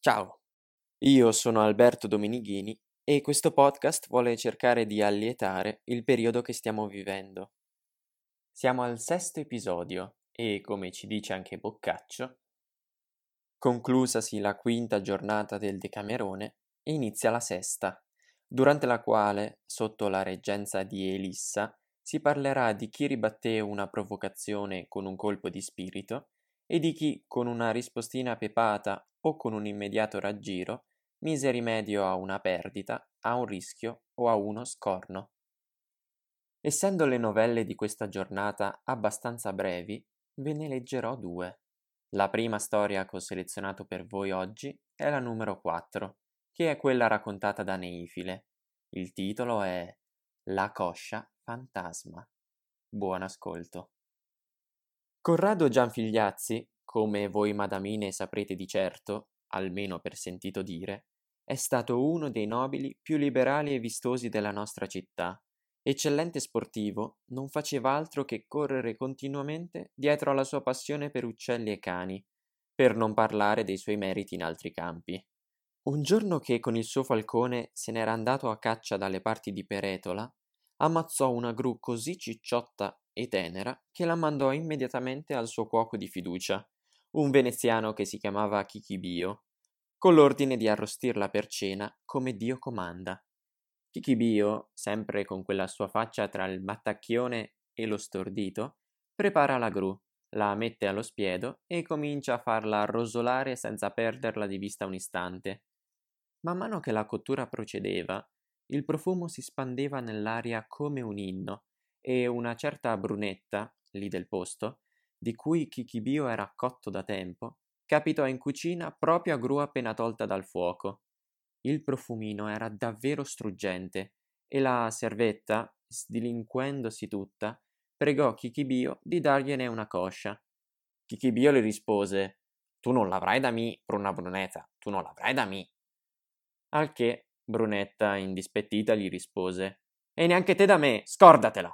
Ciao, io sono Alberto Dominighini e questo podcast vuole cercare di allietare il periodo che stiamo vivendo. Siamo al sesto episodio e, come ci dice anche Boccaccio, conclusasi la quinta giornata del Decamerone, inizia la sesta, durante la quale, sotto la reggenza di Elissa, si parlerà di chi ribatté una provocazione con un colpo di spirito e di chi, con una rispostina pepata o con un immediato raggiro, mise rimedio a una perdita, a un rischio o a uno scorno. Essendo le novelle di questa giornata abbastanza brevi, ve ne leggerò due. La prima storia che ho selezionato per voi oggi è la numero 4, che è quella raccontata da Neifile. Il titolo è La coscia fantasma. Buon ascolto. Corrado Gianfigliazzi, come voi madamine saprete di certo, almeno per sentito dire, è stato uno dei nobili più liberali e vistosi della nostra città. Eccellente sportivo, non faceva altro che correre continuamente dietro alla sua passione per uccelli e cani, per non parlare dei suoi meriti in altri campi. Un giorno che con il suo falcone se n'era andato a caccia dalle parti di Peretola, ammazzò una gru così cicciotta e tenera che la mandò immediatamente al suo cuoco di fiducia, un veneziano che si chiamava Chichibio, con l'ordine di arrostirla per cena come Dio comanda. Chichibio, sempre con quella sua faccia tra il mattacchione e lo stordito, prepara la gru, la mette allo spiedo e comincia a farla rosolare senza perderla di vista un istante. Man mano che la cottura procedeva, il profumo si spandeva nell'aria come un inno e una certa brunetta, lì del posto, di cui Chichibio era cotto da tempo, capitò in cucina proprio a gru appena tolta dal fuoco. Il profumino era davvero struggente e la servetta, sdilinquendosi tutta, pregò Chichibio di dargliene una coscia. Chichibio le rispose: Tu non l'avrai da mi, pruna brunetta, tu non l'avrai da mi. Al che Brunetta, indispettita, gli rispose: E neanche te da me, scordatela!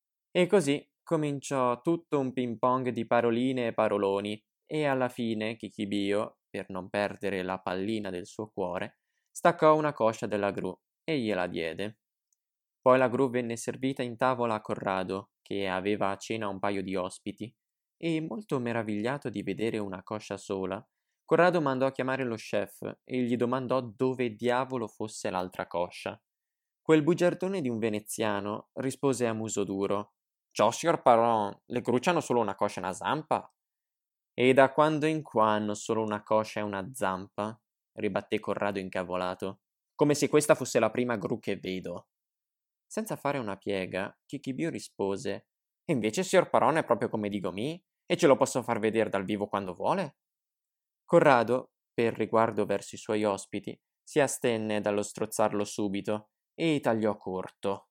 E così cominciò tutto un ping pong di paroline e paroloni, e alla fine Chichibio, per non perdere la pallina del suo cuore, staccò una coscia della gru e gliela diede. Poi la gru venne servita in tavola a Corrado, che aveva a cena un paio di ospiti, e molto meravigliato di vedere una coscia sola, Corrado mandò a chiamare lo chef e gli domandò dove diavolo fosse l'altra coscia. Quel bugiardone di un veneziano rispose a muso duro: Ciò, signor Paron, le grucce hanno solo una coscia e una zampa. E da quando in qua hanno solo una coscia e una zampa? Ribatté Corrado incavolato, come se questa fosse la prima gru che vedo. Senza fare una piega, Chichibio rispose: E invece, signor Paron, è proprio come dico mi, e ce lo posso far vedere dal vivo quando vuole? Corrado, per riguardo verso i suoi ospiti, si astenne dallo strozzarlo subito e tagliò corto.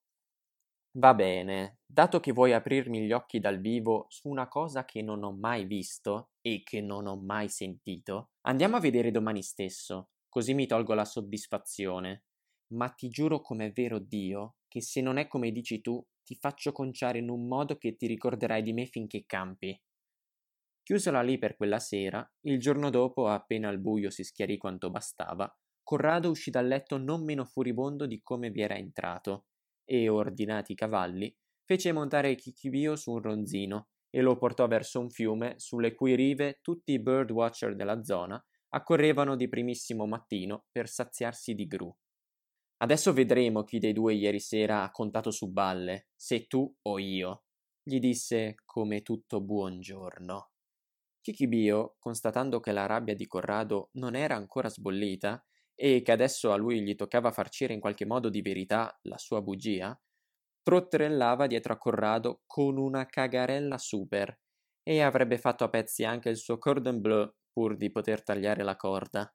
Va bene, dato che vuoi aprirmi gli occhi dal vivo su una cosa che non ho mai visto e che non ho mai sentito, andiamo a vedere domani stesso, così mi tolgo la soddisfazione. Ma ti giuro com'è vero Dio, che se non è come dici tu, ti faccio conciare in un modo che ti ricorderai di me finché campi. Chiusola lì per quella sera, il giorno dopo, appena il buio si schiarì quanto bastava, Corrado uscì dal letto non meno furibondo di come vi era entrato, e, ordinati i cavalli, fece montare Chichibio su un ronzino e lo portò verso un fiume sulle cui rive tutti i birdwatcher della zona accorrevano di primissimo mattino per saziarsi di gru. Adesso vedremo chi dei due ieri sera ha contato su balle, se tu o io, gli disse come tutto buongiorno. Chichibio, constatando che la rabbia di Corrado non era ancora sbollita e che adesso a lui gli toccava farcire in qualche modo di verità la sua bugia, trotterellava dietro a Corrado con una cagarella super e avrebbe fatto a pezzi anche il suo cordon bleu pur di poter tagliare la corda.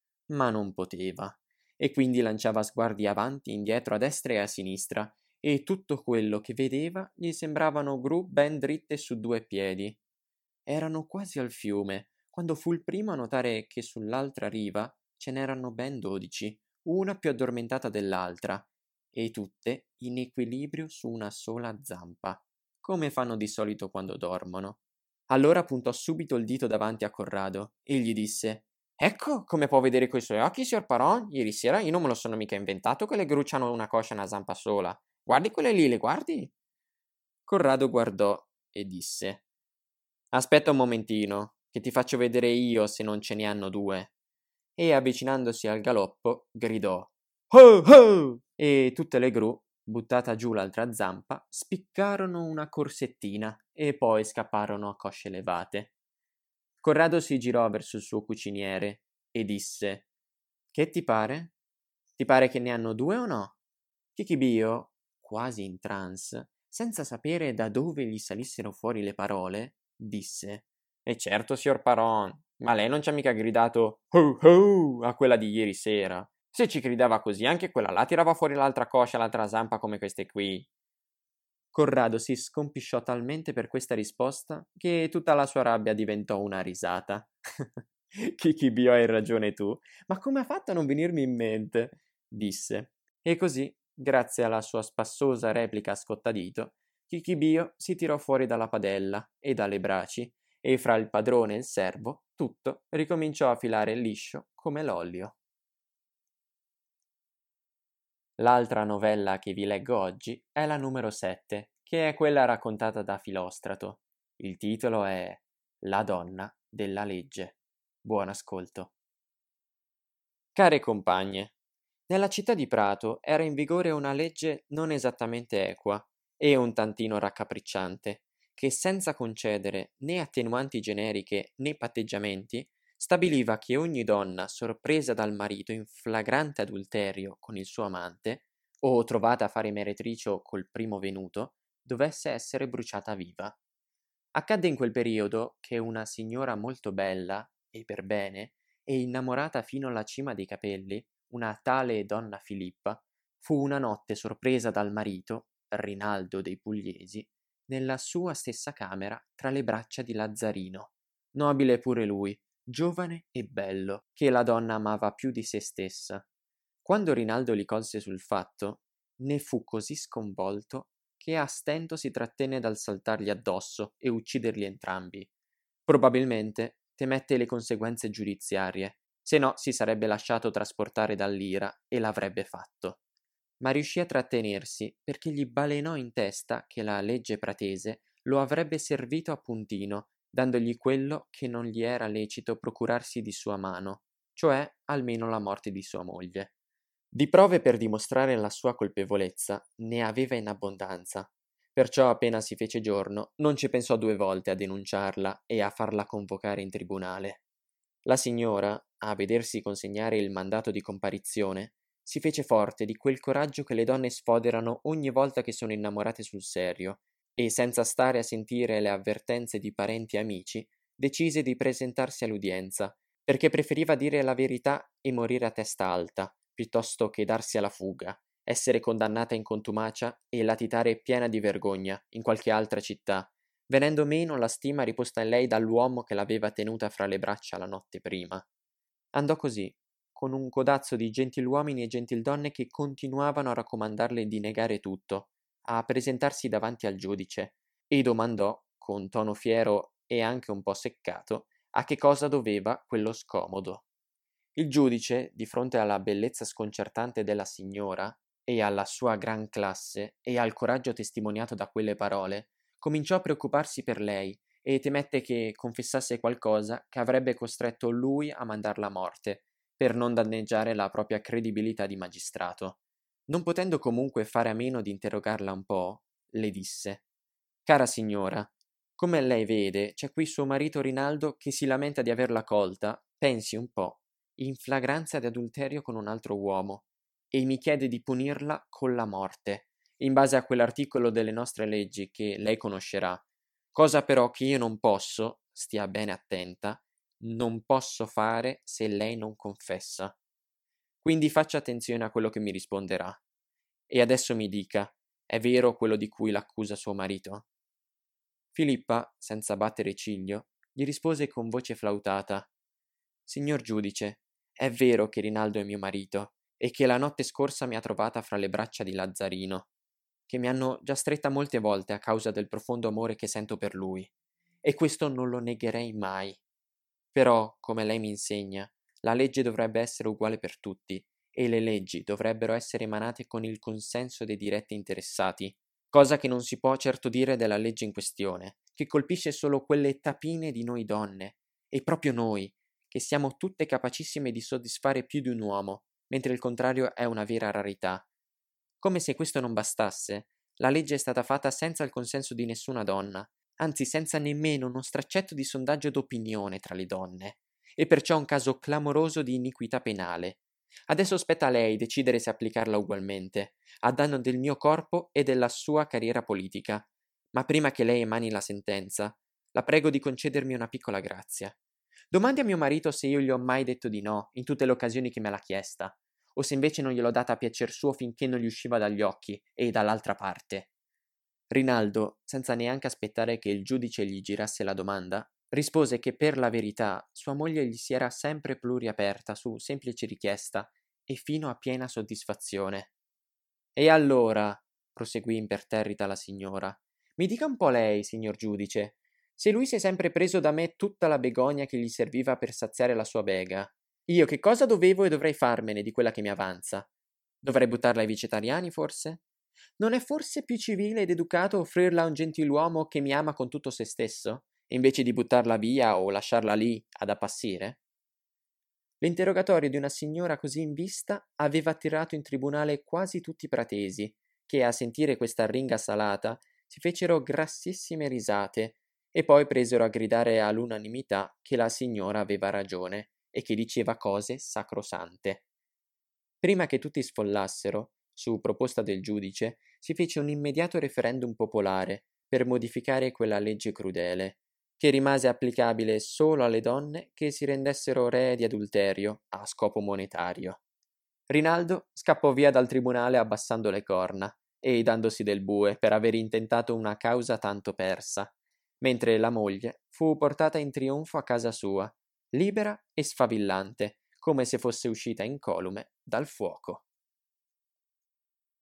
Ma non poteva, e quindi lanciava sguardi avanti, indietro, a destra e a sinistra, e tutto quello che vedeva gli sembravano gru ben dritte su due piedi. Erano quasi al fiume, quando fu il primo a notare che sull'altra riva ce n'erano ben 12, una più addormentata dell'altra, e tutte in equilibrio su una sola zampa, come fanno di solito quando dormono. Allora puntò subito il dito davanti a Corrado e gli disse: Ecco come può vedere coi suoi occhi, signor Paron. Ieri sera io non me lo sono mica inventato che le grucciano una coscia e una zampa sola. Guardi quelle lì, le guardi? Corrado guardò e disse: Aspetta un momentino, che ti faccio vedere io se non ce ne hanno due. E avvicinandosi al galoppo, gridò: Ho ho! E tutte le gru, buttata giù l'altra zampa, spiccarono una corsettina e poi scapparono a cosce levate. Corrado si girò verso il suo cuciniere e disse: Che ti pare? Ti pare che ne hanno due o no? Kikibio, quasi in trance, senza sapere da dove gli salissero fuori le parole, disse: E certo, signor Paron, ma lei non ci ha mica gridato ho ho a quella di ieri sera. Se ci gridava così, anche quella là tirava fuori l'altra coscia, l'altra zampa come queste qui. Corrado si scompisciò talmente per questa risposta che tutta la sua rabbia diventò una risata. Kikibio, hai ragione tu, ma come ha fatto a non venirmi in mente? Disse. E così, grazie alla sua spassosa replica a scottadito, Kikibio si tirò fuori dalla padella e dalle braci, e fra il padrone e il servo tutto ricominciò a filare liscio come l'olio. L'altra novella che vi leggo oggi è la numero 7, che è quella raccontata da Filostrato. Il titolo è La donna della legge. Buon ascolto. Care compagne, nella città di Prato era in vigore una legge non esattamente equa e un tantino raccapricciante, che senza concedere né attenuanti generiche né patteggiamenti, stabiliva che ogni donna sorpresa dal marito in flagrante adulterio con il suo amante, o trovata a fare meretricio col primo venuto, dovesse essere bruciata viva. Accadde in quel periodo che una signora molto bella, e per bene, e innamorata fino alla cima dei capelli, una tale donna Filippa, fu una notte sorpresa dal marito, Rinaldo dei Pugliesi, nella sua stessa camera tra le braccia di Lazzarino, nobile pure lui, giovane e bello, che la donna amava più di se stessa. Quando Rinaldo li colse sul fatto, ne fu così sconvolto che a stento si trattenne dal saltargli addosso e ucciderli entrambi. Probabilmente temette le conseguenze giudiziarie, se no si sarebbe lasciato trasportare dall'ira e l'avrebbe fatto. Ma riuscì a trattenersi perché gli balenò in testa che la legge pratese lo avrebbe servito a puntino, dandogli quello che non gli era lecito procurarsi di sua mano, cioè almeno la morte di sua moglie. Di prove per dimostrare la sua colpevolezza ne aveva in abbondanza, perciò appena si fece giorno non ci pensò due volte a denunciarla e a farla convocare in tribunale. La signora, a vedersi consegnare il mandato di comparizione, si fece forte di quel coraggio che le donne sfoderano ogni volta che sono innamorate sul serio, e senza stare a sentire le avvertenze di parenti e amici, decise di presentarsi all'udienza, perché preferiva dire la verità e morire a testa alta, piuttosto che darsi alla fuga, essere condannata in contumacia e latitare piena di vergogna in qualche altra città, venendo meno la stima riposta in lei dall'uomo che l'aveva tenuta fra le braccia la notte prima. Andò così, con un codazzo di gentiluomini e gentildonne che continuavano a raccomandarle di negare tutto, a presentarsi davanti al giudice, e domandò, con tono fiero e anche un po' seccato, a che cosa doveva quello scomodo. Il giudice, di fronte alla bellezza sconcertante della signora, e alla sua gran classe, e al coraggio testimoniato da quelle parole, cominciò a preoccuparsi per lei e temette che confessasse qualcosa che avrebbe costretto lui a mandarla a morte, per non danneggiare la propria credibilità di magistrato. Non potendo comunque fare a meno di interrogarla un po', le disse: Cara signora, come lei vede, c'è qui suo marito Rinaldo che si lamenta di averla colta, pensi un po', in flagranza di adulterio con un altro uomo, e mi chiede di punirla con la morte, in base a quell'articolo delle nostre leggi che lei conoscerà, cosa però che io non posso, stia bene attenta, non posso fare se lei non confessa. Quindi faccia attenzione a quello che mi risponderà. E adesso mi dica, è vero quello di cui l'accusa suo marito? Filippa, senza battere ciglio, gli rispose con voce flautata: Signor giudice, è vero che Rinaldo è mio marito e che la notte scorsa mi ha trovata fra le braccia di Lazzarino, che mi hanno già stretta molte volte a causa del profondo amore che sento per lui, e questo non lo negherei mai. Però, come lei mi insegna, la legge dovrebbe essere uguale per tutti e le leggi dovrebbero essere emanate con il consenso dei diretti interessati, cosa che non si può certo dire della legge in questione, che colpisce solo quelle tapine di noi donne, e proprio noi, che siamo tutte capacissime di soddisfare più di un uomo, mentre il contrario è una vera rarità. Come se questo non bastasse, la legge è stata fatta senza il consenso di nessuna donna, anzi senza nemmeno uno straccetto di sondaggio d'opinione tra le donne, e perciò un caso clamoroso di iniquità penale. Adesso spetta a lei decidere se applicarla ugualmente, a danno del mio corpo e della sua carriera politica. Ma prima che lei emani la sentenza, la prego di concedermi una piccola grazia. Domandi a mio marito se io gli ho mai detto di no in tutte le occasioni che me l'ha chiesta, o se invece non gliel'ho data a piacer suo finché non gli usciva dagli occhi e dall'altra parte. Rinaldo, senza neanche aspettare che il giudice gli girasse la domanda, rispose che per la verità sua moglie gli si era sempre pluriaperta su semplice richiesta e fino a piena soddisfazione. E allora, proseguì imperterrita la signora, mi dica un po' lei, signor giudice, se lui si è sempre preso da me tutta la begonia che gli serviva per saziare la sua bega, io che cosa dovevo e dovrei farmene di quella che mi avanza? Dovrei buttarla ai vegetariani, forse? Non è forse più civile ed educato offrirla a un gentiluomo che mi ama con tutto se stesso, invece di buttarla via o lasciarla lì ad appassire? L'interrogatorio di una signora così in vista aveva attirato in tribunale quasi tutti i pratesi, che a sentire questa arringa salata si fecero grassissime risate e poi presero a gridare all'unanimità che la signora aveva ragione e che diceva cose sacrosante. Prima che tutti sfollassero, su proposta del giudice, si fece un immediato referendum popolare per modificare quella legge crudele, che rimase applicabile solo alle donne che si rendessero ree di adulterio a scopo monetario. Rinaldo scappò via dal tribunale abbassando le corna e dandosi del bue per aver intentato una causa tanto persa, mentre la moglie fu portata in trionfo a casa sua, libera e sfavillante, come se fosse uscita incolume dal fuoco.